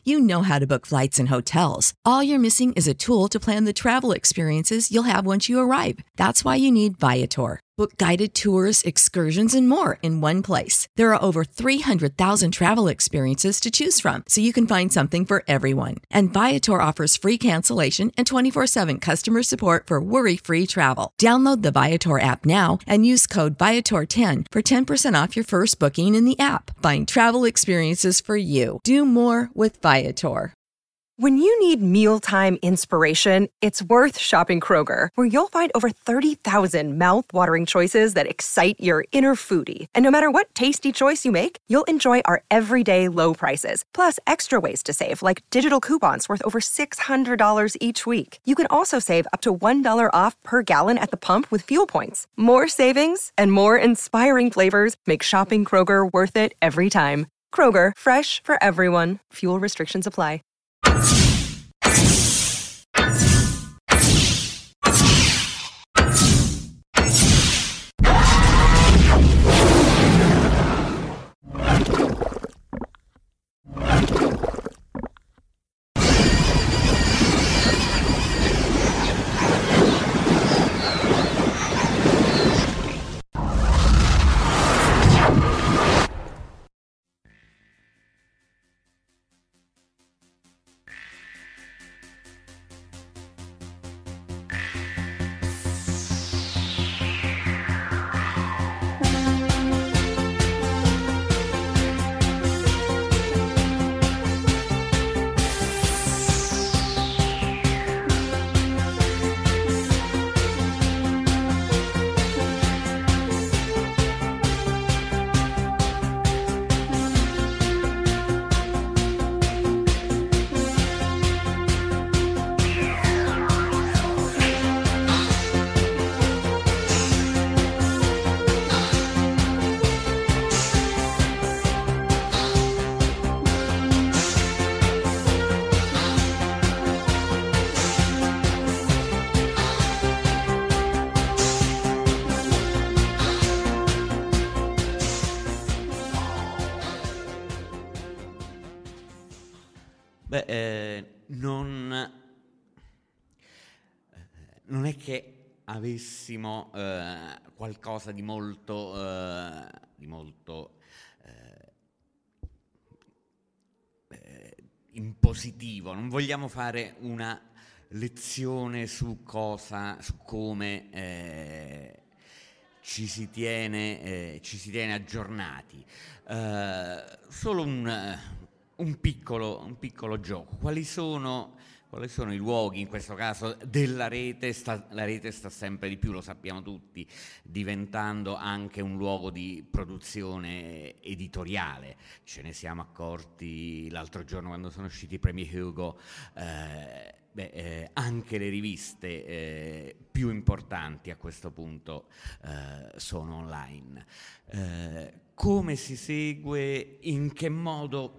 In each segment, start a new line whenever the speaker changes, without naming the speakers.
You know how to book flights and hotels. All you're missing is a tool to plan the travel experiences you'll have once you arrive. That's why you need Viator. Book guided tours, excursions, and more in one place. There are over 300,000 travel experiences to choose from, so you can find something for everyone. And Viator offers free cancellation and 24/7 customer support for worry-free travel. Download the Viator app now and use code Viator10 for 10% off your first booking in the app. Find travel experiences for you. Do more with Viator.
When you need mealtime inspiration, it's worth shopping Kroger, where you'll find over 30,000 mouth-watering choices that excite your inner foodie. And no matter what tasty choice you make, you'll enjoy our everyday low prices, plus extra ways to save, like digital coupons worth over $600 each week. You can also save up to $1 off per gallon at the pump with fuel points. More savings and more inspiring flavors make shopping Kroger worth it every time. Kroger, fresh for everyone. Fuel restrictions apply.
Non è che avessimo qualcosa di molto in positivo. Non vogliamo fare una lezione su come ci si tiene aggiornati. Solo un piccolo gioco. Quali sono i luoghi, in questo caso, della rete? La rete sta sempre di più, lo sappiamo tutti, diventando anche un luogo di produzione editoriale. Ce ne siamo accorti l'altro giorno quando sono usciti i premi Hugo. Anche le riviste più importanti a questo punto sono online. Come si segue? In che modo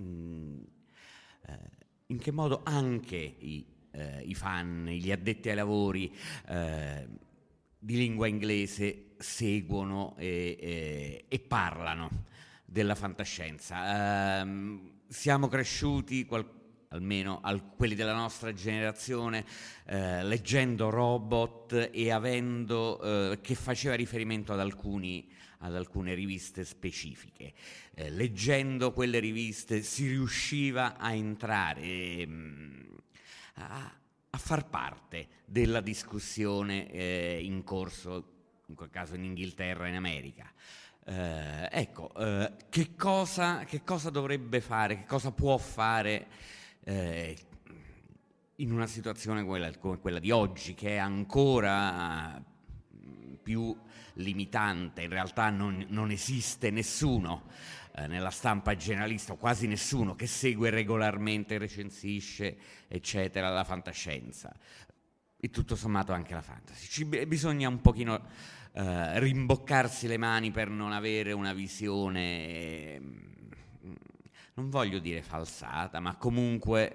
anche i fan, gli addetti ai lavori di lingua inglese seguono e parlano della fantascienza? Siamo cresciuti, almeno quelli della nostra generazione, leggendo Robot e avendo che faceva riferimento ad alcune riviste specifiche. Leggendo quelle riviste si riusciva a entrare, a far parte della discussione in corso, in quel caso in Inghilterra e in America. Che cosa dovrebbe fare, che cosa può fare in una situazione come quella di oggi, che è ancora più limitante? In realtà non esiste nessuno nella stampa generalista, o quasi nessuno, che segue regolarmente, recensisce, eccetera, la fantascienza, e tutto sommato anche la fantasy. Bisogna un pochino rimboccarsi le mani per non avere una visione, non voglio dire falsata, ma comunque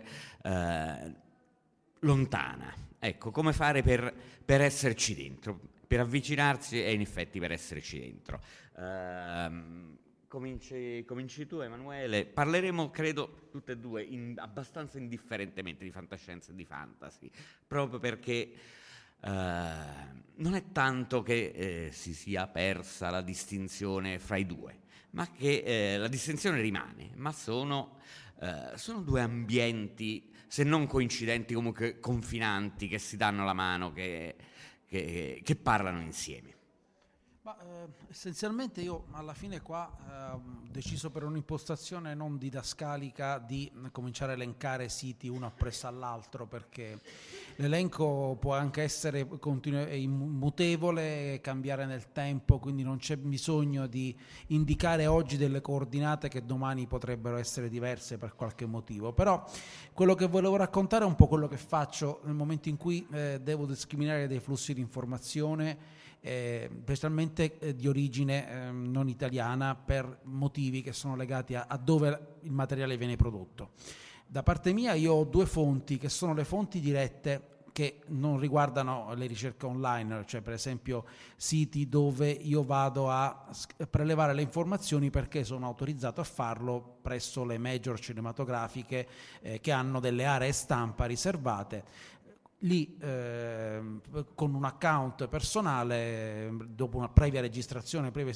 lontana. Ecco, come fare per esserci dentro, per avvicinarsi e in effetti per esserci dentro. cominci tu, Emanuele. Parleremo, credo, tutte e due abbastanza indifferentemente di fantascienza e di fantasy, proprio perché non è tanto che si sia persa la distinzione fra i due, ma che la distinzione rimane, ma sono due ambienti, se non coincidenti, comunque confinanti, che si danno la mano, che parlano insieme.
Ma, essenzialmente io alla fine qua ho deciso, per un'impostazione non didascalica, di cominciare a elencare siti uno appresso all'altro, perché l'elenco può anche essere mutevole, cambiare nel tempo, quindi non c'è bisogno di indicare oggi delle coordinate che domani potrebbero essere diverse per qualche motivo. Però quello che volevo raccontare è un po' quello che faccio nel momento in cui devo discriminare dei flussi di informazione, specialmente di origine non italiana, per motivi che sono legati a dove il materiale viene prodotto. Da parte mia io ho due fonti che sono le fonti dirette, che non riguardano le ricerche online, cioè per esempio siti dove io vado a prelevare le informazioni perché sono autorizzato a farlo presso le major cinematografiche che hanno delle aree stampa riservate. Lì con un account personale, dopo una previa registrazione, previa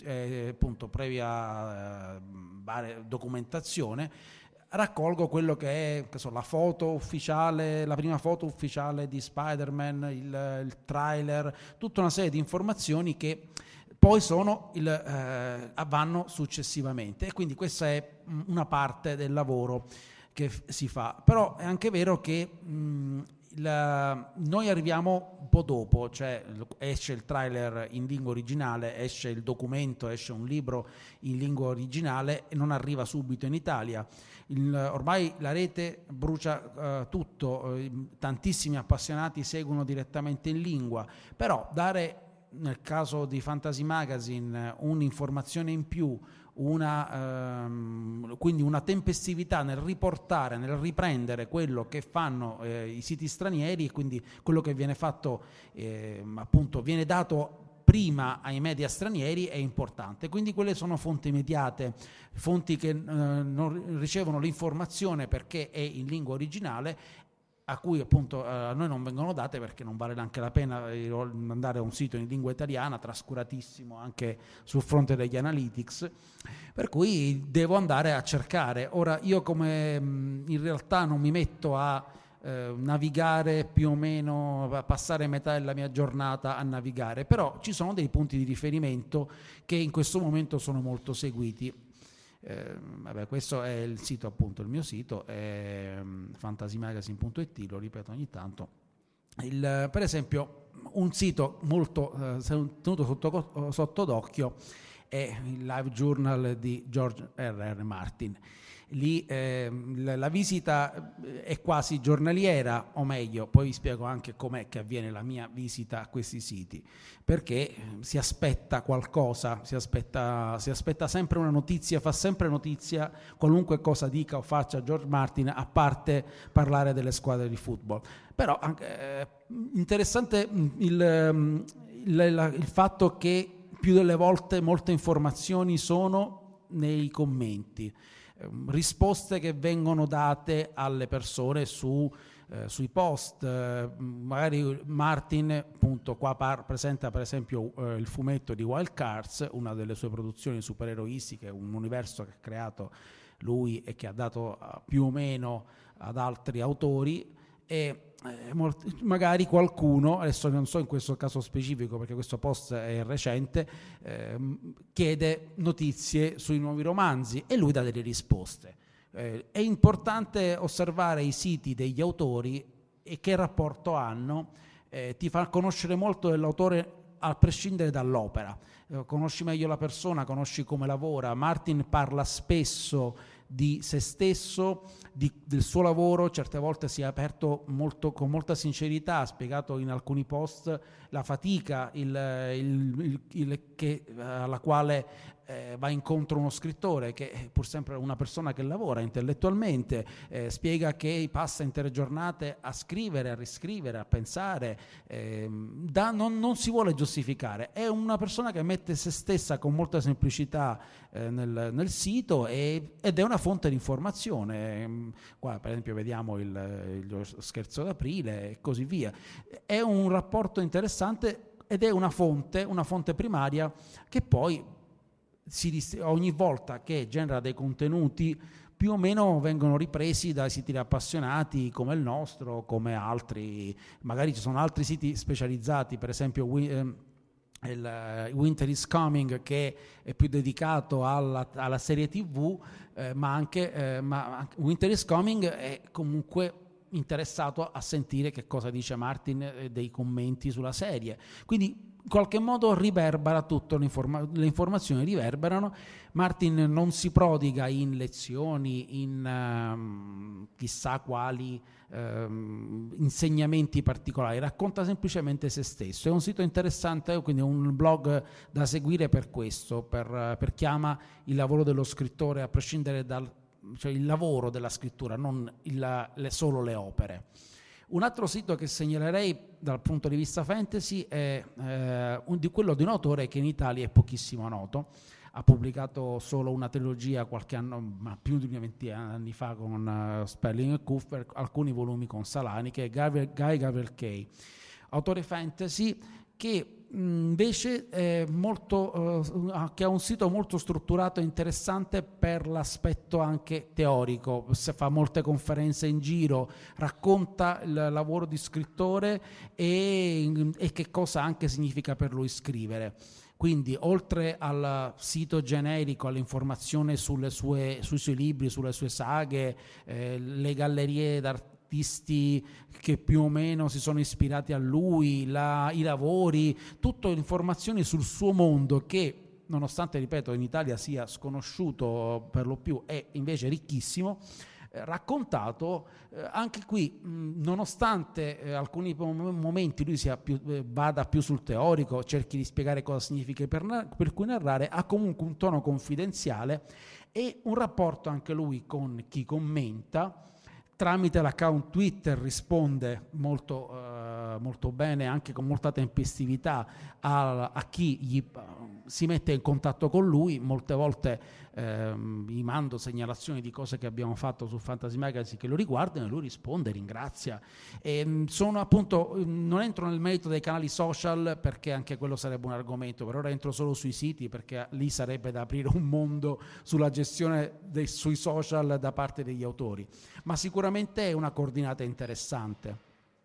documentazione, raccolgo quello che è la foto ufficiale, la prima foto ufficiale di Spider-Man, il trailer, tutta una serie di informazioni che poi vanno successivamente, e quindi questa è una parte del lavoro che si fa. Però è anche vero che noi arriviamo un po' dopo, cioè esce il trailer in lingua originale, esce il documento, esce un libro in lingua originale e non arriva subito in Italia. Ormai la rete brucia tutto, tantissimi appassionati seguono direttamente in lingua, però dare, nel caso di Fantasy Magazine, un'informazione in più, quindi una tempestività nel riportare, nel riprendere quello che fanno i siti stranieri, e quindi quello che viene fatto appunto viene dato prima ai media stranieri, è importante. Quindi quelle sono fonti immediate, fonti che non ricevono l'informazione perché è in lingua originale, a cui appunto a noi non vengono date perché non vale neanche la pena andare a un sito in lingua italiana, trascuratissimo anche sul fronte degli analytics, per cui devo andare a cercare. Ora io, come in realtà non mi metto a navigare più o meno, a passare metà della mia giornata a navigare, però ci sono dei punti di riferimento che in questo momento sono molto seguiti. Questo è il sito, appunto il mio sito è fantasymagazine.it, lo ripeto ogni tanto. Per esempio un sito molto tenuto sotto d'occhio è il Live Journal di George R.R. Martin. Lì la visita è quasi giornaliera, o meglio, poi vi spiego anche com'è che avviene la mia visita a questi siti, perché si aspetta qualcosa, si aspetta sempre una notizia, fa sempre notizia qualunque cosa dica o faccia George Martin, a parte parlare delle squadre di football. Però anche interessante il fatto che più delle volte molte informazioni sono nei commenti, risposte che vengono date alle persone sui post. Magari Martin, appunto, qua presenta per esempio il fumetto di Wild Cards, una delle sue produzioni supereroistiche, un universo che ha creato lui e che ha dato più o meno ad altri autori, e magari qualcuno, adesso non so in questo caso specifico perché questo post è recente, chiede notizie sui nuovi romanzi e lui dà delle risposte. È importante osservare i siti degli autori e che rapporto hanno, ti fa conoscere molto dell'autore a prescindere dall'opera. Conosci meglio la persona, conosci come lavora. Martin parla spesso di se stesso, del suo lavoro, certe volte si è aperto con molta sincerità, ha spiegato in alcuni post la fatica alla quale va incontro uno scrittore che è pur sempre una persona che lavora intellettualmente, spiega che passa intere giornate a scrivere, a riscrivere, a pensare, non si vuole giustificare, è una persona che mette se stessa con molta semplicità nel sito ed è una fonte di informazione. Qua per esempio vediamo lo scherzo d'aprile e così via. È un rapporto interessante ed è una fonte primaria che poi ogni volta che genera dei contenuti più o meno vengono ripresi da siti appassionati come il nostro, come altri. Magari ci sono altri siti specializzati, per esempio Winter is Coming, che è più dedicato alla serie TV, ma anche Winter is Coming è comunque interessato a sentire che cosa dice Martin, dei commenti sulla serie, quindi in qualche modo riverbera tutto, le informazioni riverberano. Martin non si prodiga in lezioni, in chissà quali insegnamenti particolari, racconta semplicemente se stesso. È un sito interessante, quindi è un blog da seguire per questo, per chi ama il lavoro dello scrittore, a prescindere cioè il lavoro della scrittura, non solo le opere. Un altro sito che segnalerei dal punto di vista fantasy è quello di un autore che in Italia è pochissimo noto, ha pubblicato solo una trilogia qualche anno, ma più di 20 anni fa, con Sperling e Cooper, alcuni volumi con Salani, che è Guy Gavriel Kay, autore fantasy che invece è che ha un sito molto strutturato e interessante per l'aspetto anche teorico. Fa molte conferenze in giro, racconta il lavoro di scrittore e che cosa anche significa per lui scrivere. Quindi oltre al sito generico, all'informazione sui suoi libri, sulle sue saghe, le gallerie d'artisti che più o meno si sono ispirati a lui, i lavori, tutte informazioni sul suo mondo che, nonostante, ripeto, in Italia sia sconosciuto per lo più, è invece ricchissimo, raccontato anche qui, nonostante alcuni momenti lui vada più sul teorico, cerchi di spiegare cosa significa per cui narrare, ha comunque un tono confidenziale e un rapporto anche lui con chi commenta. Tramite l'account Twitter risponde molto bene, anche con molta tempestività a chi si mette in contatto con lui. Molte volte gli mando segnalazioni di cose che abbiamo fatto su Fantasy Magazine che lo riguardano e lui risponde, ringrazia. Sono appunto, non entro nel merito dei canali social perché anche quello sarebbe un argomento, per ora entro solo sui siti perché lì sarebbe da aprire un mondo sulla gestione sui social da parte degli autori, ma sicuramente è una coordinata interessante.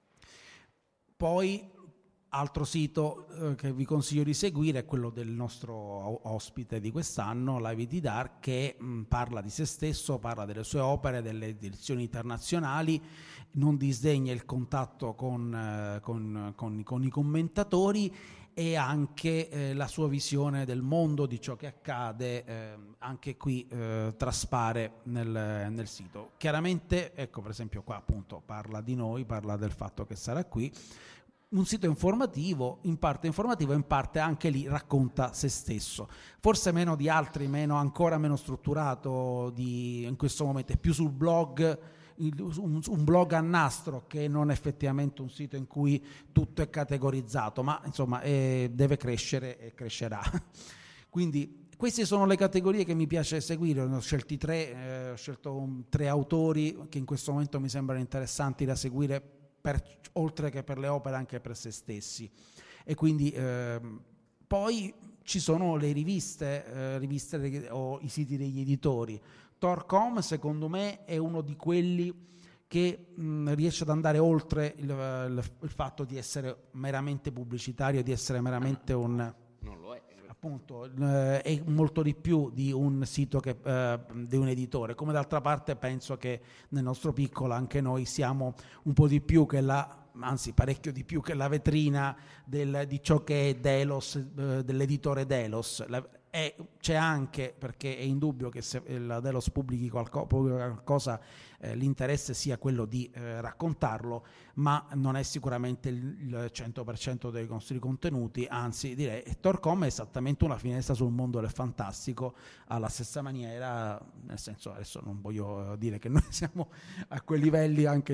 Poi altro sito che vi consiglio di seguire è quello del nostro ospite di quest'anno, Live Dark, che parla di se stesso, parla delle sue opere, delle edizioni internazionali, non disdegna il contatto con i commentatori e anche la sua visione del mondo, di ciò che accade, anche qui traspare nel sito. Chiaramente, ecco, per esempio qua appunto parla di noi, parla del fatto che sarà qui. Un sito informativo, in parte anche lì racconta se stesso, forse meno di altri, ancora meno strutturato in questo momento, è più sul blog, un blog a nastro che non effettivamente un sito in cui tutto è categorizzato, ma insomma deve crescere e crescerà. Quindi queste sono le categorie che mi piace seguire. Ne ho scelti tre, ho scelto 3 autori che in questo momento mi sembrano interessanti da seguire, oltre che per le opere anche per se stessi. E quindi poi ci sono le riviste o i siti degli editori. Tor.com secondo me è uno di quelli che riesce ad andare oltre il fatto di essere meramente pubblicitario, di essere meramente non lo è. Appunto, è molto di più di un sito di un editore, come d'altra parte penso che nel nostro piccolo anche noi siamo un po' di più che anzi parecchio di più che la vetrina di ciò che è Delos, dell'editore Delos. E c'è anche, perché è indubbio che se la Delos pubblichi qualcosa, l'interesse sia quello di raccontarlo, ma non è sicuramente il 100% dei nostri contenuti, anzi direi Torcom è esattamente una finestra sul mondo del fantastico, alla stessa maniera, nel senso, adesso non voglio dire che noi siamo a quei livelli anche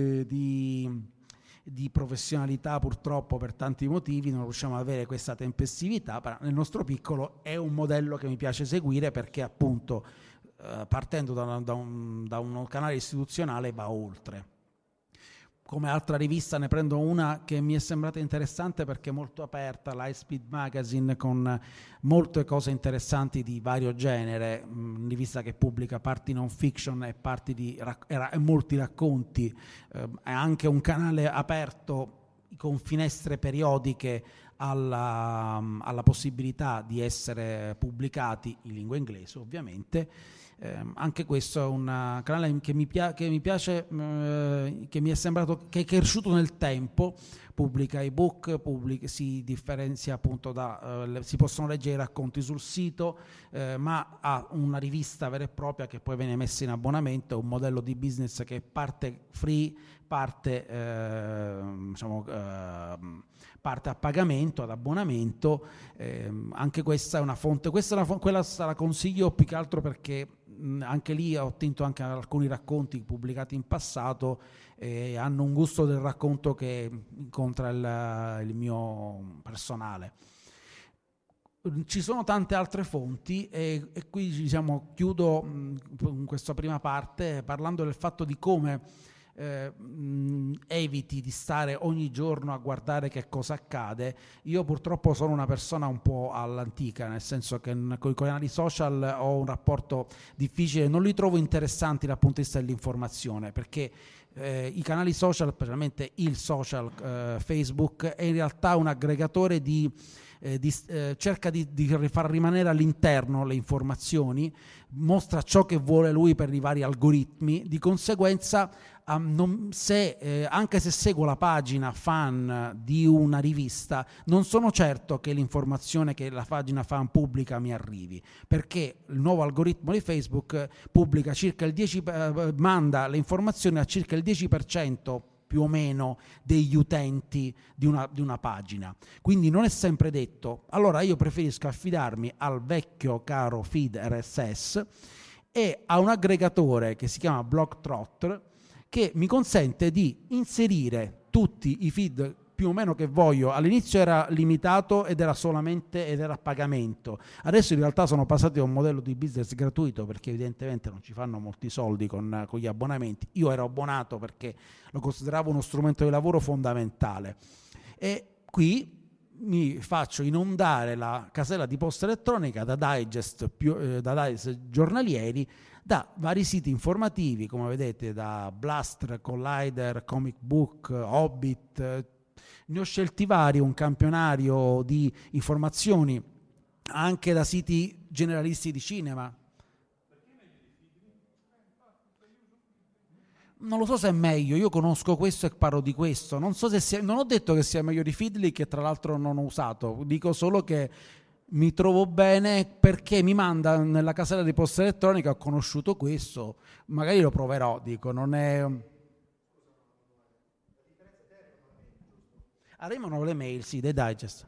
di professionalità, purtroppo per tanti motivi non riusciamo ad avere questa tempestività, però nel nostro piccolo è un modello che mi piace seguire, perché appunto partendo da un canale istituzionale va oltre. Come altra rivista ne prendo una che mi è sembrata interessante perché è molto aperta, l'High-Speed Magazine, con molte cose interessanti di vario genere, rivista che pubblica parti non fiction e parti e molti racconti, è anche un canale aperto con finestre periodiche alla possibilità di essere pubblicati in lingua inglese, ovviamente. Anche questo è un canale che mi piace, che mi è sembrato che è cresciuto nel tempo, pubblica ebook, si differenzia appunto si possono leggere i racconti sul sito, ma ha una rivista vera e propria che poi viene messa in abbonamento, è un modello di business che parte free, parte parte a pagamento, ad abbonamento. Anche questa è una fonte, quella la consiglio più che altro perché anche lì ho ottenuto anche alcuni racconti pubblicati in passato e hanno un gusto del racconto che incontra il mio personale. Ci sono tante altre fonti e qui chiudo questa prima parte parlando del fatto di come eviti di stare ogni giorno a guardare che cosa accade. Io purtroppo sono una persona un po' all'antica, nel senso che con i canali social ho un rapporto difficile, non li trovo interessanti dal punto di vista dell'informazione, perché i canali social, specialmente il social Facebook, è in realtà un aggregatore cerca di far rimanere all'interno le informazioni, mostra ciò che vuole lui per i vari algoritmi, di conseguenza anche se seguo la pagina fan di una rivista, non sono certo che l'informazione che la pagina fan pubblica mi arrivi, perché il nuovo algoritmo di Facebook pubblica manda le informazioni a circa il 10% più o meno degli utenti di una pagina, quindi non è sempre detto. Allora io preferisco affidarmi al vecchio caro feed RSS e a un aggregatore che si chiama Blocktrot, che mi consente di inserire tutti i feed più o meno che voglio. All'inizio era limitato ed era a pagamento, adesso in realtà sono passati a un modello di business gratuito, perché evidentemente non ci fanno molti soldi con gli abbonamenti. Io ero abbonato perché lo consideravo uno strumento di lavoro fondamentale, e qui mi faccio inondare la casella di posta elettronica da digest giornalieri, da vari siti informativi, come vedete, da Blastr, Collider, Comic Book, Hobbit. Ne ho scelti vari, un campionario di informazioni anche da siti generalisti di cinema. Non lo so se è meglio, io conosco questo e parlo di questo. Non ho detto che sia meglio di Feedly, che tra l'altro non ho usato, dico solo che mi trovo bene perché mi manda nella casella di posta elettronica, ho conosciuto questo, magari lo proverò, dico, non è... Arrivano le mail, sì, dei digest.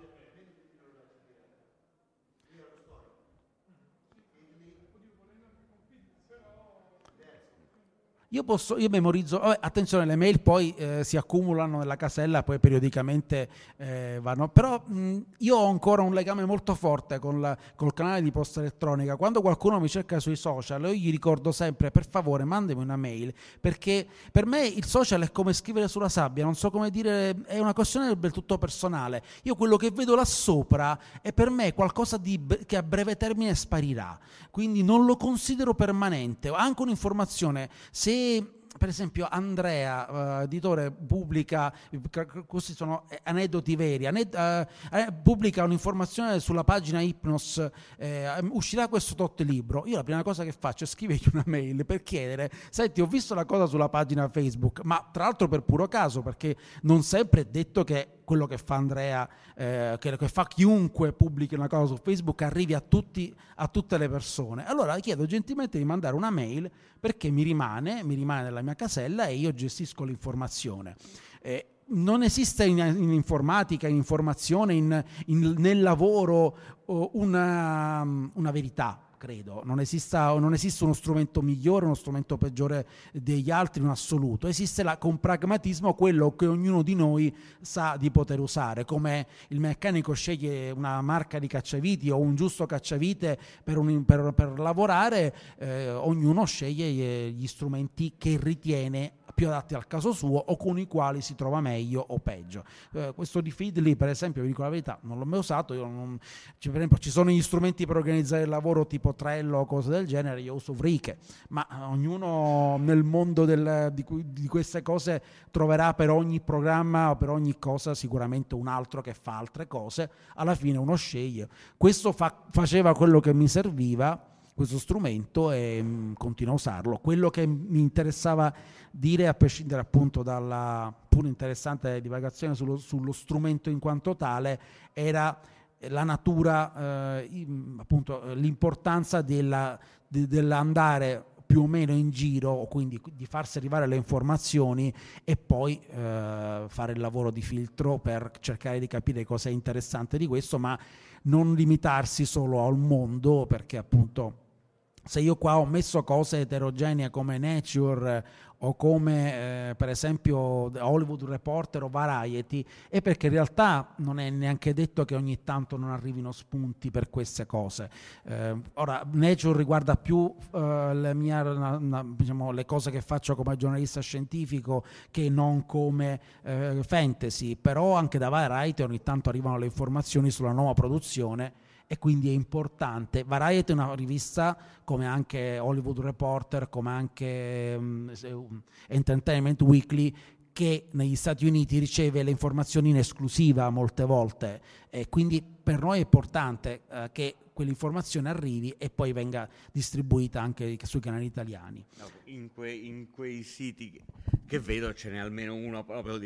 Io memorizzo, attenzione, le mail poi si accumulano nella casella, poi periodicamente vanno, però io ho ancora un legame molto forte col canale di posta elettronica. Quando qualcuno mi cerca sui social, io gli ricordo sempre: per favore mandami una mail, perché per me il social è come scrivere sulla sabbia, non so come dire, è una questione del tutto personale. Io quello che vedo là sopra è per me qualcosa che a breve termine sparirà, quindi non lo considero permanente. Anche un'informazione, se per esempio Andrea, editore, pubblica, questi sono aneddoti veri, pubblica un'informazione sulla pagina Hypnos, uscirà questo tot libro, io la prima cosa che faccio è scrivergli una mail per chiedere: senti, ho visto la cosa sulla pagina Facebook, ma tra l'altro per puro caso, perché non sempre è detto che quello che fa Andrea, che fa chiunque pubblichi una cosa su Facebook, arrivi a tutte le persone. Allora chiedo gentilmente di mandare una mail, perché mi rimane nella mia casella e io gestisco l'informazione. Non esiste in informatica, in informazione, nel lavoro una verità, credo. Non esiste uno strumento migliore, uno strumento peggiore degli altri in assoluto. Esiste con pragmatismo quello che ognuno di noi sa di poter usare, come il meccanico sceglie una marca di cacciaviti o un giusto cacciavite per lavorare, ognuno sceglie gli strumenti che ritiene più adatti al caso suo o con i quali si trova meglio o peggio. Questo di Feedly, per esempio, vi dico la verità, non l'ho mai usato. Per esempio, ci sono gli strumenti per organizzare il lavoro tipo Trello o cose del genere, io uso Vriche, ma ognuno nel mondo di queste cose troverà per ogni programma o per ogni cosa sicuramente un altro che fa altre cose. Alla fine uno sceglie. Questo faceva quello che mi serviva, questo strumento, e continuo a usarlo. Quello che mi interessava dire, a prescindere appunto dalla pure interessante divagazione sullo strumento in quanto tale, era la natura, appunto l'importanza dell'andare più o meno in giro, o quindi di farsi arrivare le informazioni e poi fare il lavoro di filtro per cercare di capire cosa è interessante di questo, ma non limitarsi solo al mondo, perché appunto se io qua ho messo cose eterogenee come Nature o come per esempio Hollywood Reporter o Variety, è perché in realtà non è neanche detto che ogni tanto non arrivino spunti per queste cose. Ora, Nature riguarda più diciamo, le cose che faccio come giornalista scientifico che non come fantasy, però anche da Variety ogni tanto arrivano le informazioni sulla nuova produzione, e quindi è importante. Variety è una rivista, come anche Hollywood Reporter, come anche Entertainment Weekly, che negli Stati Uniti riceve le informazioni in esclusiva molte volte, e quindi per noi è importante che quell'informazione arrivi e poi venga distribuita anche sui canali italiani.
In quei siti che vedo ce n'è almeno uno proprio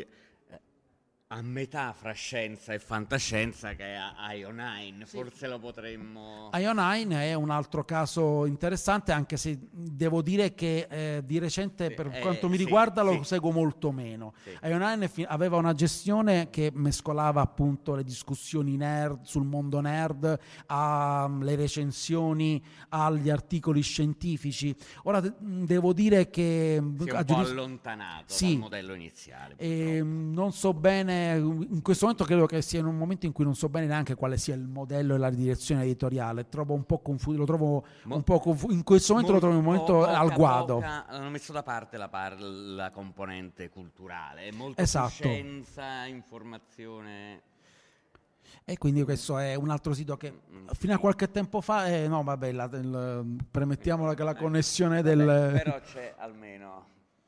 a metà fra scienza e fantascienza, che è IO9, sì. Forse lo potremmo...
IO9 è un altro caso interessante, anche se devo dire che di recente, sì, per quanto mi riguarda, lo seguo molto meno. Sì. IO9 aveva una gestione che mescolava appunto le discussioni nerd sul mondo nerd, alle recensioni, agli articoli scientifici. Ora devo dire che...
si è un po' allontanato dal modello iniziale.
Non so bene, in questo momento credo che sia in un momento in cui non so bene neanche quale sia il modello e la direzione editoriale. Trovo un po' confuso, lo trovo un po' confuso. In questo momento lo trovo in un momento al guado.
Hanno messo da parte la componente culturale, è molto
esatto.
Scienza, informazione.
E quindi questo è un altro sito che fino a qualche tempo fa premettiamola che la connessione
però c'è almeno.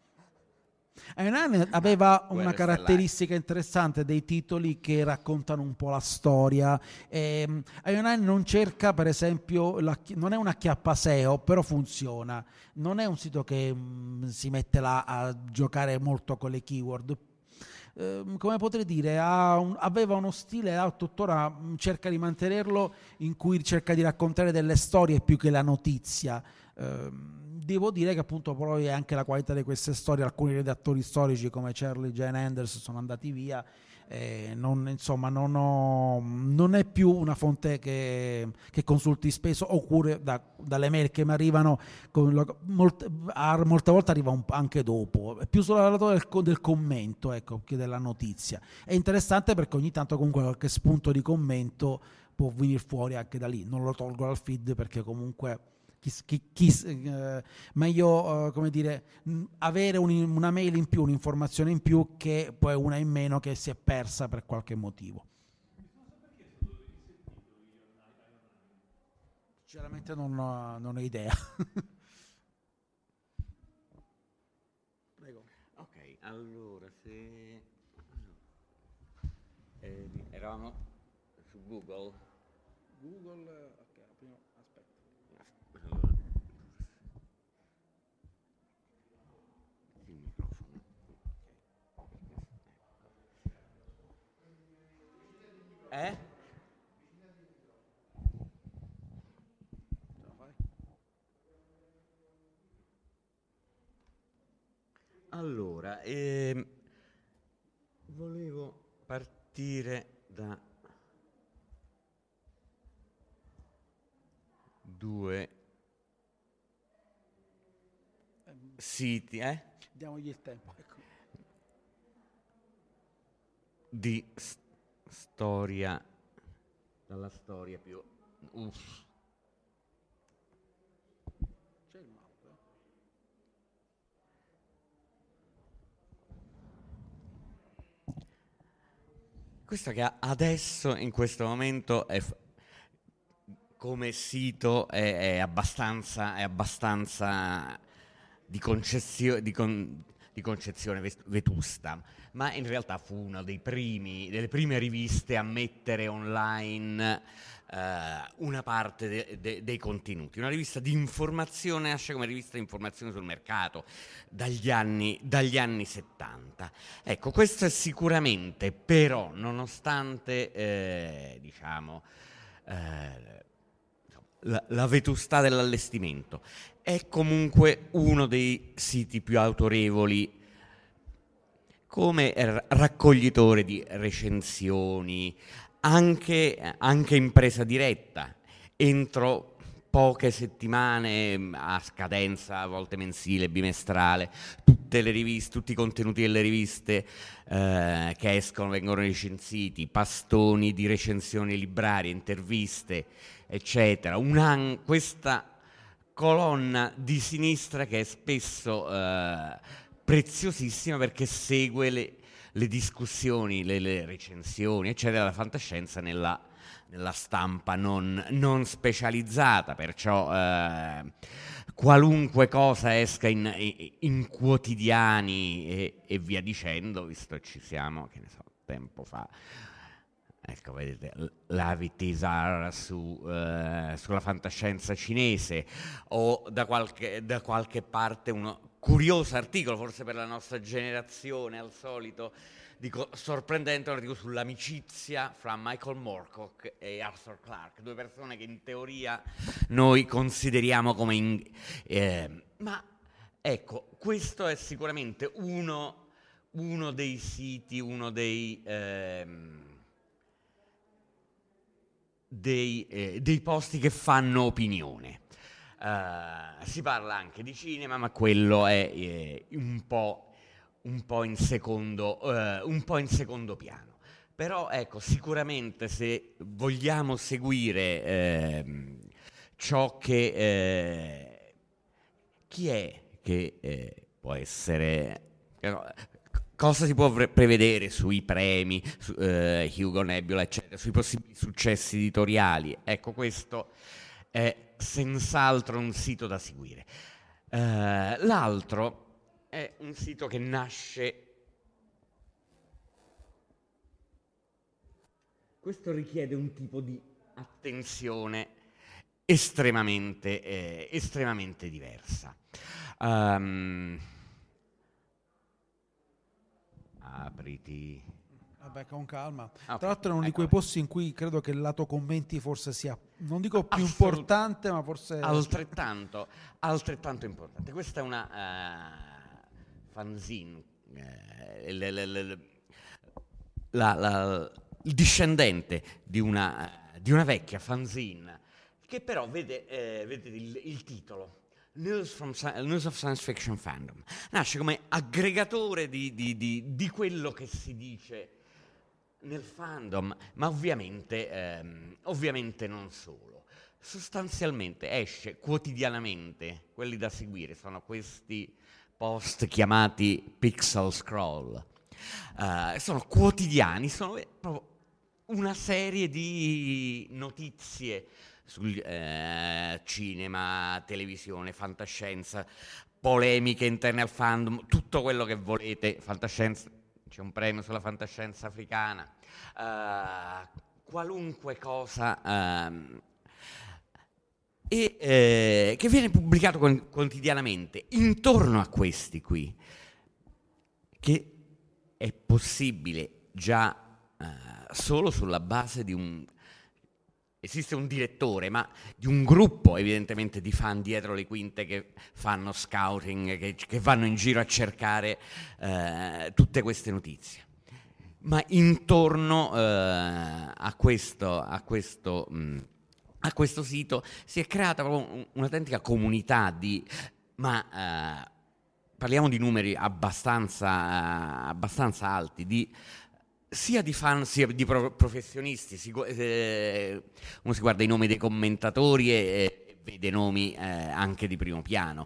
Aveva una caratteristica interessante dei titoli che raccontano un po' la storia. IO9 non cerca, per esempio, non è un acchiappaseo, però funziona. Non è un sito che si mette là a giocare molto con le keyword. Come potrei dire, aveva uno stile, tuttora cerca di mantenerlo, in cui cerca di raccontare delle storie più che la notizia. Devo dire che appunto poi anche la qualità di queste storie, alcuni redattori storici come Charlie Jane Anders sono andati via, non è più una fonte che consulti spesso, oppure dalle mail che mi arrivano molte volte arriva anche dopo, è più sulla lato del commento, ecco, che della notizia. È interessante perché ogni tanto comunque qualche spunto di commento può venire fuori anche da lì. Non lo tolgo dal feed perché comunque meglio come dire, avere una mail in più, un'informazione in più, che poi una in meno che si è persa per qualche motivo. Sinceramente non ho idea. Prego.
Ok, allora se eravamo su Google.
Ok, prima aspetta.
Il microfono. Allora, volevo partire da due siti,
Diamogli il tempo, ecco.
Di storia, dalla storia più...
C'è il mouse,
Questo che adesso, in questo momento, come sito è abbastanza di concezione vetusta, ma in realtà fu una delle prime riviste a mettere online una parte dei contenuti. Una rivista di informazione, nasce come rivista di informazione sul mercato dagli anni 70. Ecco, questo è sicuramente, però, nonostante la vetustà dell'allestimento, è comunque uno dei siti più autorevoli come raccoglitore di recensioni, anche in presa diretta, entro poche settimane, a scadenza a volte mensile, bimestrale, tutte le riviste, tutti i contenuti delle riviste che escono vengono recensiti, pastoni di recensioni librarie, interviste, eccetera. Questa colonna di sinistra che è spesso preziosissima perché segue le discussioni, le recensioni, eccetera, della fantascienza nella stampa non specializzata, perciò qualunque cosa esca in quotidiani e via dicendo, visto che ci siamo, che ne so, tempo fa, ecco, vedete, l'Avitizar sulla fantascienza cinese, o da qualche parte uno curioso articolo, forse per la nostra generazione, al solito, dico sorprendente, un articolo sull'amicizia fra Michael Moorcock e Arthur Clarke, due persone che in teoria noi consideriamo come ma ecco, questo è sicuramente uno dei siti, uno dei posti che fanno opinione. Si parla anche di cinema, ma quello è un po' in secondo piano. Però ecco, sicuramente se vogliamo seguire ciò che chi è che può essere, cosa si può prevedere sui premi, Hugo, Nebula, eccetera, sui possibili successi editoriali, ecco, questo è senz'altro un sito da seguire. L'altro è un sito che nasce... Questo richiede un tipo di attenzione estremamente diversa. Apriti...
Vabbè, con calma.
Okay,
Tra l'altro è uno di quei posti in cui credo che il lato commenti forse sia, non dico più importante, ma forse... Altrettanto
importante. Questa è una fanzine, il discendente di una vecchia fanzine, che però vede il titolo, News of Science Fiction Fandom. Nasce come aggregatore di quello che si dice nel fandom, ma ovviamente non solo. Sostanzialmente esce quotidianamente, quelli da seguire sono questi post chiamati pixel scroll. Sono quotidiani, sono proprio una serie di notizie sul cinema, televisione, fantascienza, polemiche interne al fandom, tutto quello che volete, fantascienza, c'è un premio sulla fantascienza africana, qualunque cosa, che viene pubblicato quotidianamente. Intorno a questi qui, che è possibile già solo sulla base di esiste un direttore, ma di un gruppo evidentemente di fan dietro le quinte che fanno scouting, che vanno in giro a cercare tutte queste notizie. Ma intorno a questo sito si è creata proprio un'autentica comunità parliamo di numeri abbastanza alti, sia di fan sia di professionisti. Uno si guarda i nomi dei commentatori e vede nomi anche di primo piano,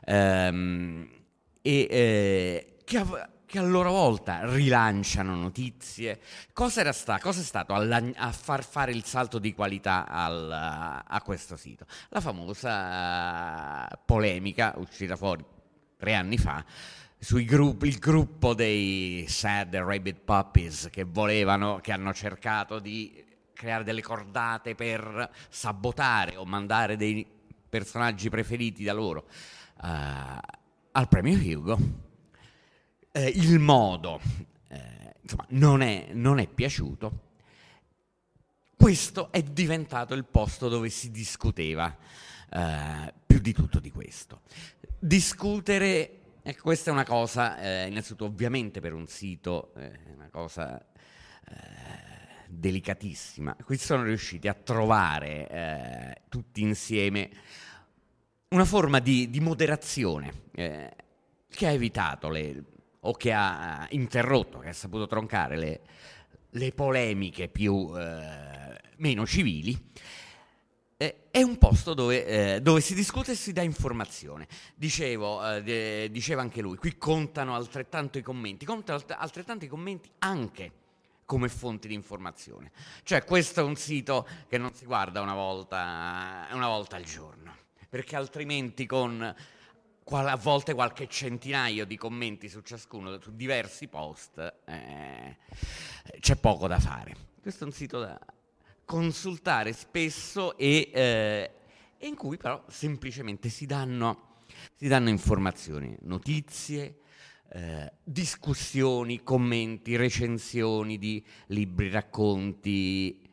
che a loro volta rilanciano notizie. Cosa è stato a far fare il salto di qualità a questo sito? La famosa polemica uscita fuori 3 anni fa il gruppo dei Sad Rabbit Puppies che hanno cercato di creare delle cordate per sabotare o mandare dei personaggi preferiti da loro al premio Hugo. Il modo insomma non è piaciuto. Questo è diventato il posto dove si discuteva più di tutto di questo. Discutere, ecco, questa è una cosa, innanzitutto ovviamente per un sito, una cosa delicatissima. Qui sono riusciti a trovare tutti insieme una forma di moderazione che ha evitato o che ha interrotto, che ha saputo troncare le polemiche meno civili. È un posto dove si discute e si dà informazione. Diceva anche lui, qui contano altrettanto i commenti anche come fonti di informazione. Cioè questo è un sito che non si guarda una volta al giorno, perché altrimenti a volte qualche centinaio di commenti su diversi post, c'è poco da fare. Questo è un sito da consultare spesso e in cui però semplicemente si danno informazioni, notizie, discussioni, commenti, recensioni di libri, racconti,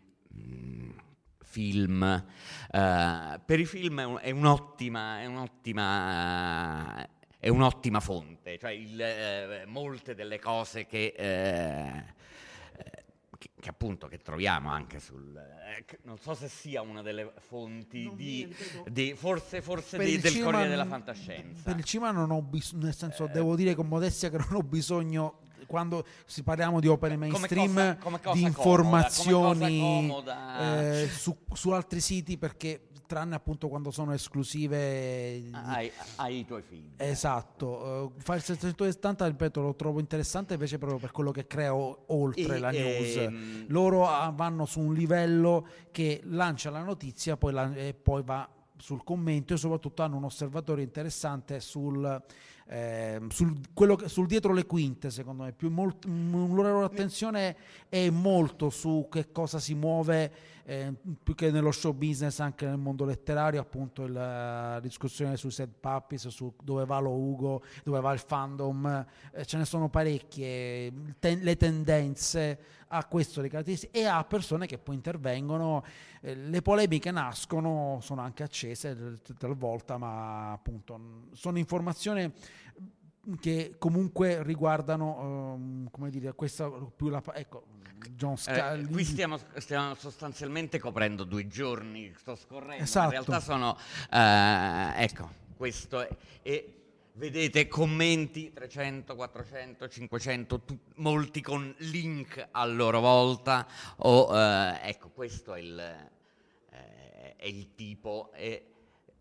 film. Per i film è un'ottima fonte, cioè molte delle cose che appunto che troviamo anche non so se sia una delle fonti forse del Corriere della Fantascienza.
Per il cinema non ho bisogno, nel senso devo dire con modestia che non ho bisogno, quando si parliamo di opere mainstream, come cosa di informazioni su altri siti, perché tranne appunto quando sono esclusive
ai tuoi figli.
Esatto. File 770, ripeto, lo trovo interessante invece proprio per quello che crea oltre la news. Loro vanno su un livello che lancia la notizia e poi va sul commento, e soprattutto hanno un osservatorio interessante sul dietro le quinte. Secondo me la loro attenzione è molto su che cosa si muove, più che nello show business, anche nel mondo letterario, appunto la discussione sui Sad Puppies, su dove va lo Ugo, dove va il fandom, ce ne sono parecchie, le tendenze a questo le caratteristiche, e a persone che poi intervengono. Le polemiche sono anche accese talvolta, ma appunto sono informazioni che comunque riguardano come dire, questa più John Scully.
Qui stiamo sostanzialmente coprendo 2 giorni, sto scorrendo,
esatto.
In realtà sono questo e vedete commenti 300, 400, 500, molti con link a loro volta, questo è il tipo, e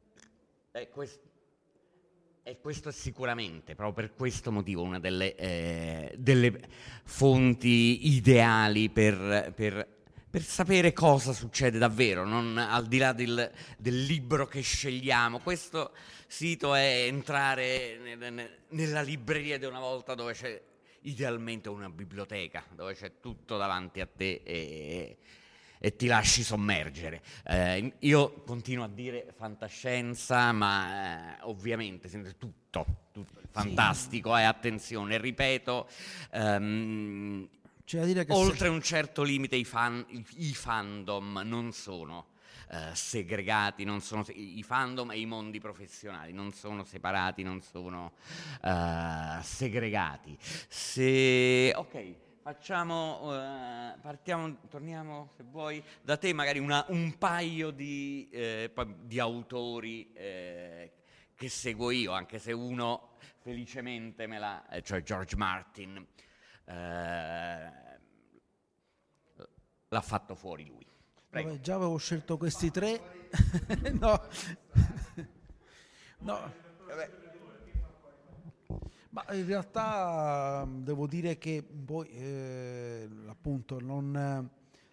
questo è sicuramente, proprio per questo motivo, una delle fonti ideali per sapere cosa succede davvero, non al di là del libro che scegliamo. Questo sito è entrare nella libreria di una volta, dove c'è idealmente una biblioteca, dove c'è tutto davanti a te e ti lasci sommergere. Io continuo a dire fantascienza, ma ovviamente tutto fantastico, attenzione, ripeto,
c'è da dire che
oltre un certo limite i fandom non sono segregati, non sono i fandom e i mondi professionali non sono separati, non sono segregati. Ok, torniamo se vuoi da te, magari un paio di autori che seguo io, anche se uno felicemente cioè George Martin, l'ha fatto fuori lui.
Vabbè, già avevo scelto questi 3. No. Vabbè. Ma in realtà devo dire che poi appunto non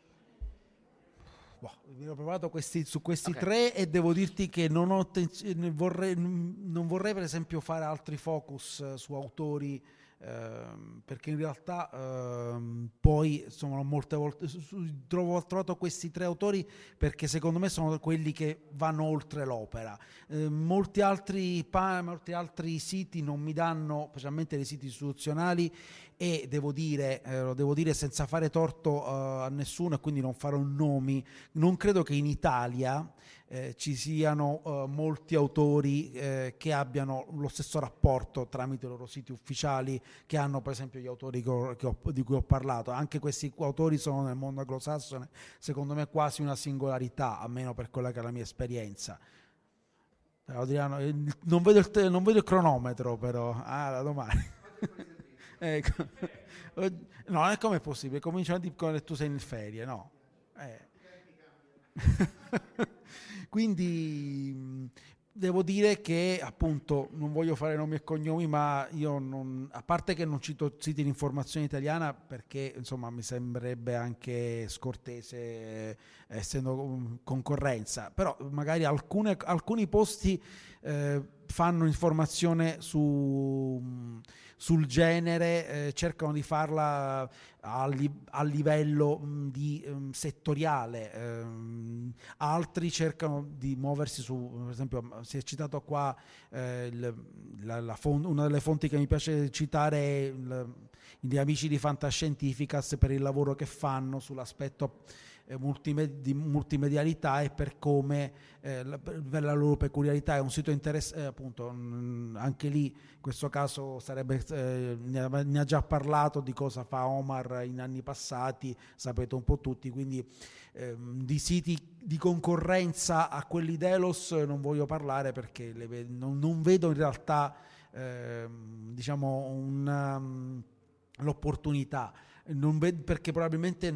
mi ero provato su questi 3 e devo dirti che non vorrei per esempio fare altri focus su autori, perché in realtà poi sono molte volte ho trovato questi 3 autori perché secondo me sono quelli che vanno oltre l'opera. Molti altri siti non mi danno, specialmente dei siti istituzionali, e devo dire senza fare torto a nessuno, e quindi non farò nomi, non credo che in Italia ci siano molti autori che abbiano lo stesso rapporto tramite i loro siti ufficiali che hanno per esempio gli autori di cui ho parlato. Anche questi autori sono nel mondo anglosassone, secondo me quasi una singolarità, almeno per quella che è la mia esperienza. Però diranno, non vedo il cronometro, però da domani. Ecco. No, è come è possibile? Cominciano a dire che tu sei in ferie, no? Quindi devo dire che appunto non voglio fare nomi e cognomi, ma io a parte che non cito siti di informazione italiana perché insomma mi sembrerebbe anche scortese, essendo concorrenza, però magari alcuni posti fanno informazione sul genere, cercano di farla a livello settoriale, altri cercano di muoversi per esempio si è citato qua una delle fonti che mi piace citare è gli amici di Fantascientificas, per il lavoro che fanno sull'aspetto di multimedialità e per come per la loro peculiarità. È un sito interessante, appunto, anche lì in questo caso ne ha già parlato di cosa fa Omar in anni passati, sapete un po' tutti, quindi di siti di concorrenza a quelli Delos non voglio parlare perché non vedo in realtà diciamo l'opportunità. Perché probabilmente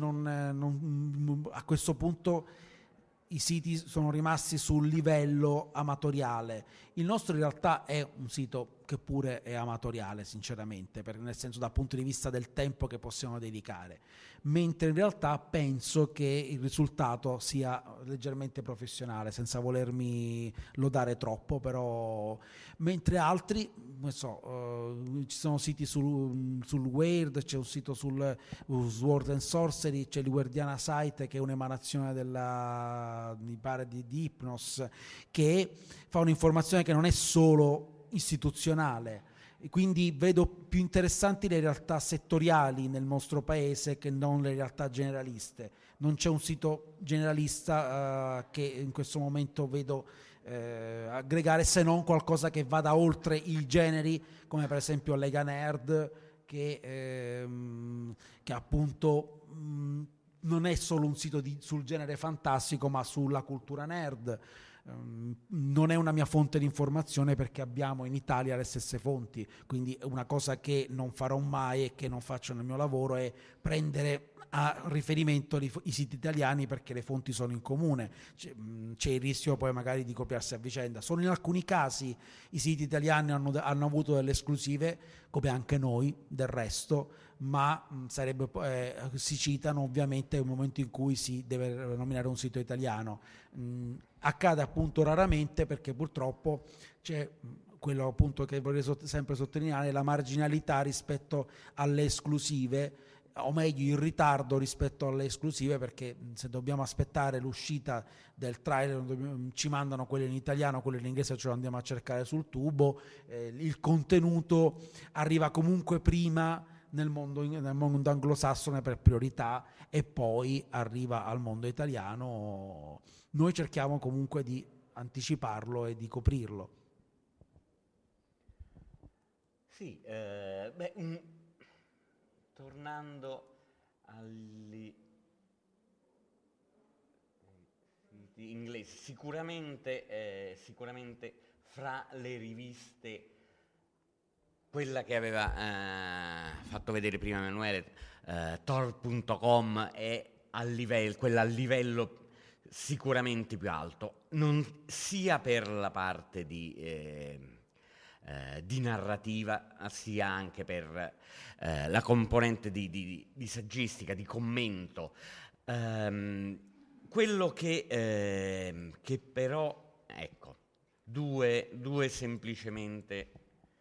a questo punto i siti sono rimasti sul livello amatoriale. Il nostro in realtà è un sito che pure è amatoriale, sinceramente, nel senso dal punto di vista del tempo che possiamo dedicare, mentre in realtà penso che il risultato sia leggermente professionale, senza volermi lodare troppo, però mentre altri, non so, ci sono siti sul Weird, c'è un sito sul Sword and Sorcery, c'è il Guardiana Site che è un'emanazione mi pare di Hypnos, che fa un'informazione che non è solo istituzionale, e quindi vedo più interessanti le realtà settoriali nel nostro paese che non le realtà generaliste. Non c'è un sito generalista che in questo momento vedo aggregare, se non qualcosa che vada oltre il generi, come per esempio Lega Nerd, che appunto non è solo un sito sul genere fantastico, ma sulla cultura nerd. Non è una mia fonte di informazione perché abbiamo in Italia le stesse fonti, quindi una cosa che non farò mai e che non faccio nel mio lavoro è prendere a riferimento i siti italiani perché le fonti sono in comune, c'è il rischio poi magari di copiarsi a vicenda. Solo in alcuni casi i siti italiani hanno avuto delle esclusive, come anche noi del resto, ma si citano ovviamente nel momento in cui si deve nominare un sito italiano. Accade appunto raramente perché purtroppo c'è quello appunto che vorrei sempre sottolineare, la marginalità rispetto alle esclusive, o meglio il ritardo rispetto alle esclusive, perché se dobbiamo aspettare l'uscita del trailer ci mandano quelle in italiano, quelle in inglese ce lo andiamo a cercare sul tubo, il contenuto arriva comunque prima nel mondo anglosassone per priorità e poi arriva al mondo italiano. Noi cerchiamo comunque di anticiparlo e di coprirlo.
Sì, tornando agli inglesi, sicuramente fra le riviste, quella che aveva fatto vedere prima Emanuele, Tor.com, è quella a livello sicuramente più alto, non sia per la parte di narrativa, sia anche per la componente di saggistica, di commento. Quello che però, ecco, due semplicemente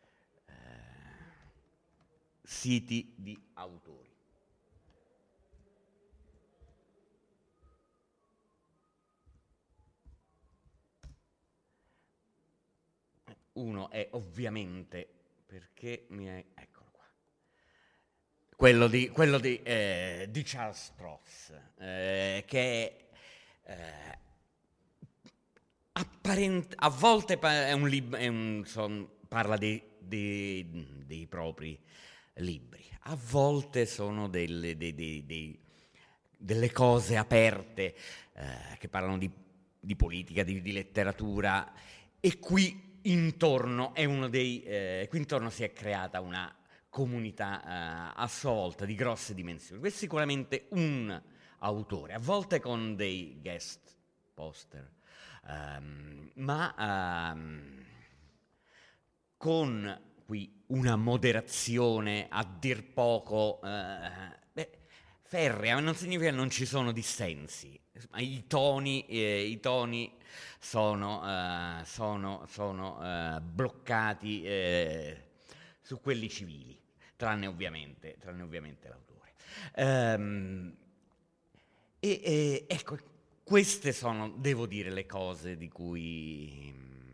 siti di autori. Uno è ovviamente, perché eccolo qua, quello di Charles Stross, che è a volte è un libro, parla dei propri libri, a volte sono delle cose aperte, che parlano di politica, di letteratura, e qui intorno si è creata una comunità a sua volta di grosse dimensioni. Questo è sicuramente un autore, a volte con dei guest poster, ma con qui una moderazione a dir poco ferrea. Non significa che non ci sono dissensi, i toni sono bloccati su quelli civili, tranne ovviamente l'autore. Ecco, queste sono, devo dire, le cose di cui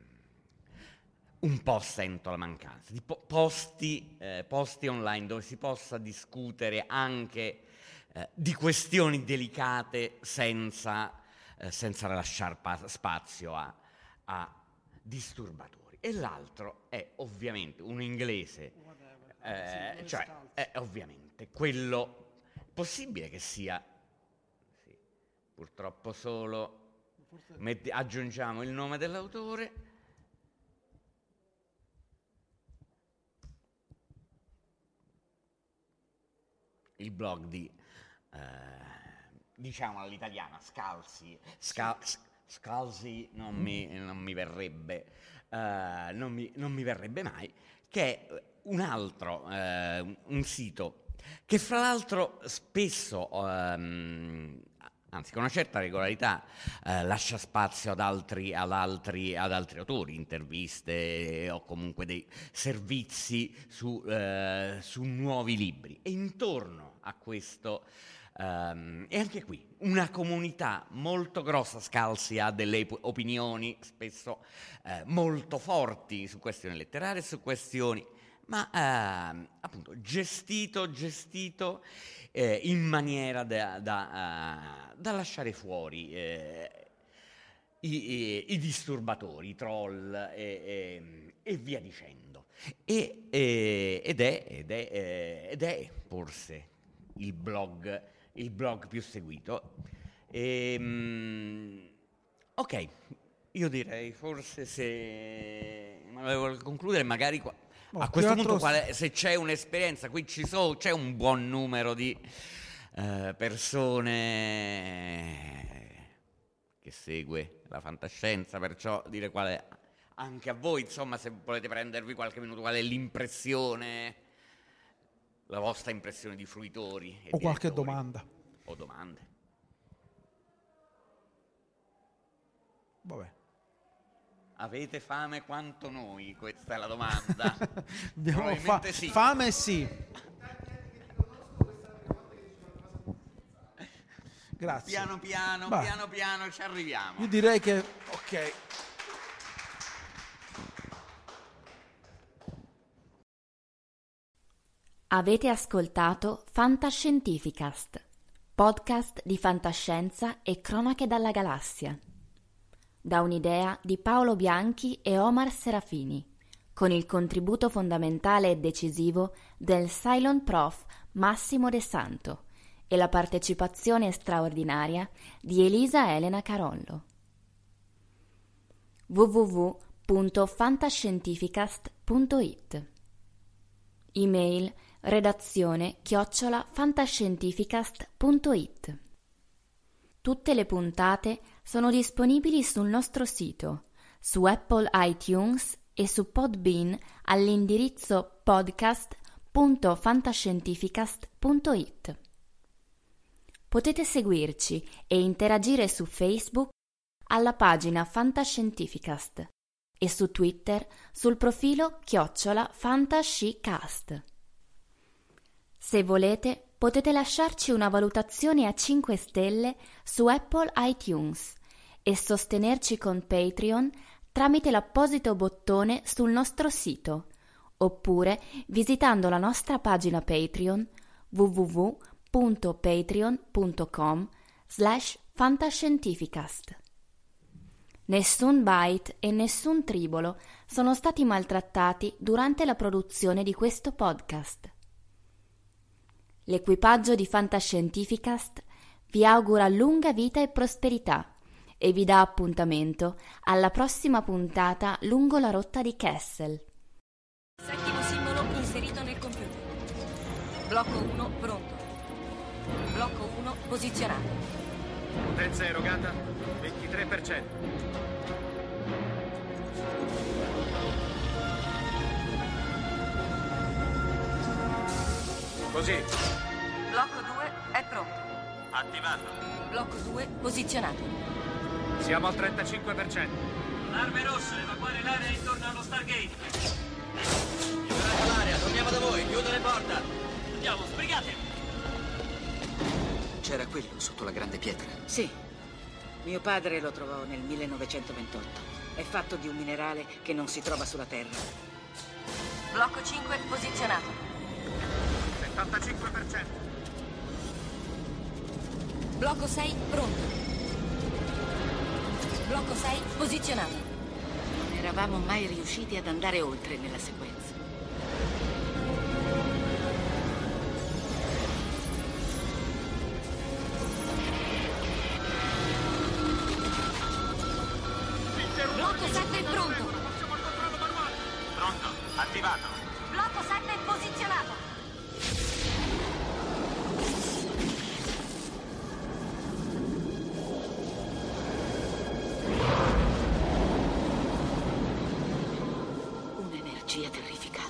un po' sento la mancanza, di posti online dove si possa discutere anche di questioni delicate senza lasciare spazio a disturbatori. E l'altro è ovviamente un inglese, cioè è ovviamente quello possibile che sia, sì, purtroppo solo aggiungiamo il nome dell'autore, il blog di diciamo all'italiana Scalzi, non mi verrebbe mai, che è un altro un sito che fra l'altro spesso anzi con una certa regolarità lascia spazio ad altri autori, interviste o comunque dei servizi su nuovi libri, e intorno a questo e anche qui una comunità molto grossa. Scalzi ha delle opinioni spesso molto forti su questioni letterarie, su questioni, ma appunto gestito in maniera da lasciare fuori i disturbatori, i troll e via dicendo. Ed è forse il blog più seguito. Ok, io direi forse, se vuole concludere, magari a questo punto se c'è un'esperienza, qui c'è un buon numero di persone che segue la fantascienza, perciò dire quale, anche a voi, insomma, se volete prendervi qualche minuto, qual è l'impressione, la vostra impressione di fruitori
o qualche domanda
o domande.
Vabbè.
Avete fame quanto noi? Questa è la domanda.
Abbiamo
sì.
Fame sì. Grazie.
Piano piano ci arriviamo.
Io direi che ok.
Avete ascoltato Fantascientificast, podcast di fantascienza e cronache dalla galassia. Da un'idea di Paolo Bianchi e Omar Serafini, con il contributo fondamentale e decisivo del Cylon Prof Massimo De Santo e la partecipazione straordinaria di Elisa Elena Carollo. www.fantascientificast.it. Email redazione@fantascientificast.it. Tutte le puntate sono disponibili sul nostro sito, su Apple iTunes e su Podbean all'indirizzo podcast.fantascientificast.it. Potete seguirci e interagire su Facebook alla pagina Fantascientificast e su Twitter sul profilo @fantascicast. Se volete, potete lasciarci una valutazione a 5 stelle su Apple iTunes e sostenerci con Patreon tramite l'apposito bottone sul nostro sito, oppure visitando la nostra pagina Patreon www.patreon.com/fantascientificast. Nessun byte e nessun tribolo sono stati maltrattati durante la produzione di questo podcast. L'equipaggio di Fantascientificast vi augura lunga vita e prosperità e vi dà appuntamento alla prossima puntata lungo la rotta di Kessel.
Settimo simbolo inserito nel computer. Blocco 1 pronto. Blocco 1 posizionato.
Potenza erogata 23%. Così.
Blocco 2 è pronto.
Attivato.
Blocco 2 posizionato.
Siamo al 35%.
Arme rosse, evacuare l'area intorno allo Stargate.
Liberate l'area, torniamo da voi, chiudo le porte.
Andiamo, sbrigate!
C'era quello sotto la grande pietra.
Sì. Mio padre lo trovò nel 1928. È fatto di un minerale che non si trova sulla Terra.
Blocco 5 posizionato.
75%.
Blocco 6 pronto. Blocco 6 posizionato.
Non eravamo mai riusciti ad andare oltre nella sequenza.
Blocco 7 pronto.
Pronto, attivato.
Blocco 7 posizionato.
Un'energia terrificante.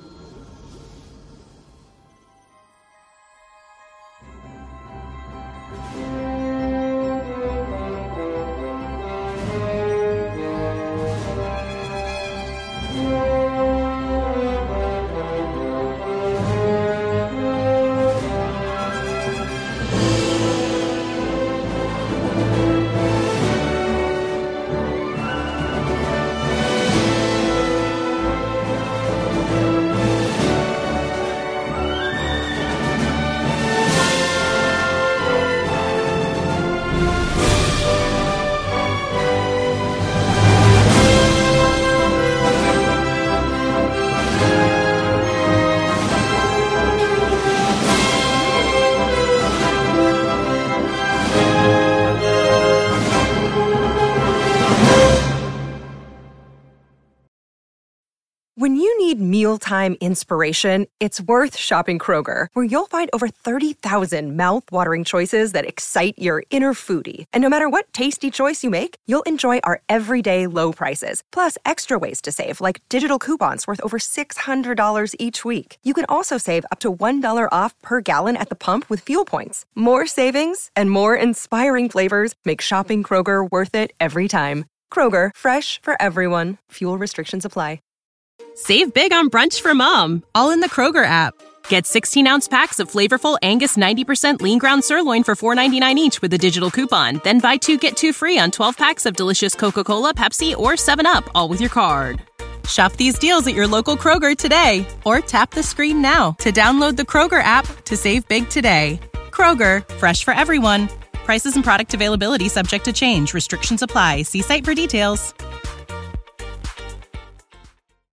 When you need mealtime inspiration, it's worth shopping Kroger, where you'll find over 30,000 mouth-watering choices that excite your inner foodie. And no matter what tasty choice you make, you'll enjoy our everyday low prices, plus extra ways to save, like digital coupons worth over $600 each week. You can also save up to $1 off per gallon at the pump with fuel points. More savings and more inspiring flavors make shopping Kroger worth it every time. Kroger, fresh for everyone. Fuel restrictions apply.
Save big on brunch for mom, all in the Kroger app. Get 16-ounce packs of flavorful Angus 90% lean ground sirloin for $4.99 each with a digital coupon. Then buy 2, get 2 free on 12 packs of delicious Coca-Cola, Pepsi, or 7-Up, all with your card. Shop these deals at your local Kroger today, or tap the screen now to download the Kroger app to save big today. Kroger, fresh for everyone. Prices and product availability subject to change. Restrictions apply. See site for details.